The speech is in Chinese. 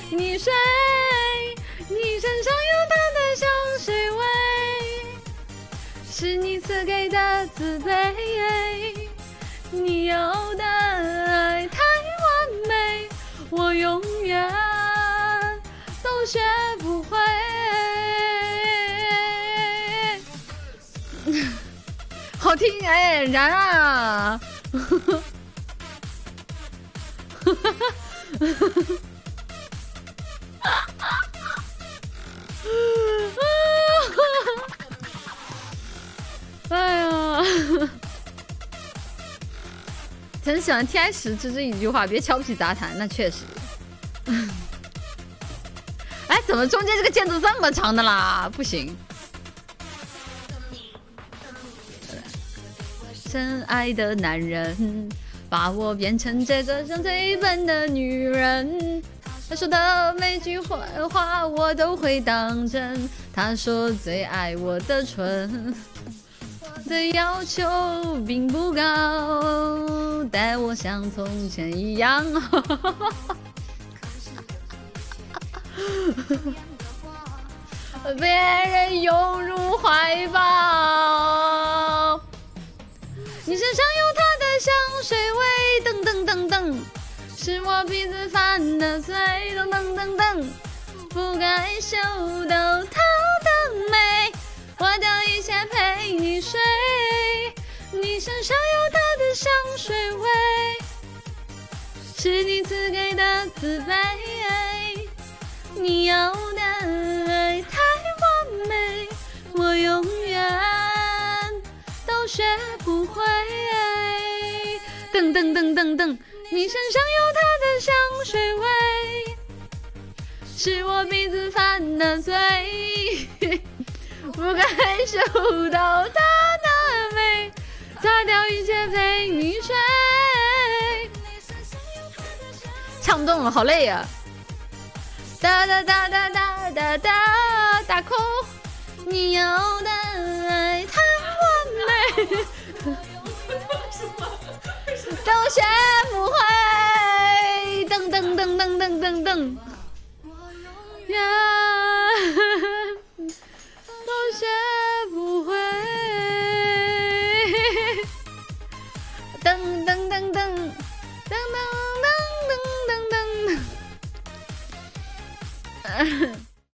你睡，你身上有他的香水味，是你赐给的慈悲。你要的爱太完美，我永远都学不会。好听哎，然啊！哎呀，真喜欢 TI10就这一句话，别俏皮杂谈，那确实。哎，怎么中间这个键度这么长的啦？不行。真爱的男人，把我变成这个上最笨的女人。他说的每句坏话我都会当真。他说最爱我的唇，的要求并不高，待我像从前一样。被人拥入怀抱。你身上有他的香水味，噔噔噔噔，是我鼻子犯的罪，噔噔噔噔，不该嗅到他的美，花掉一切陪你睡。你身上有他的香水味，是你赐给的慈悲。你要的爱太完美，我永远都学不会。噔噔噔噔噔，你身上有他的香水味，是我鼻子犯的罪，不该嗅到他的美，擦掉一切陪你睡。唱动了，好累呀、哒哒哒哒哒哒哒，大哭，你要的爱太完美。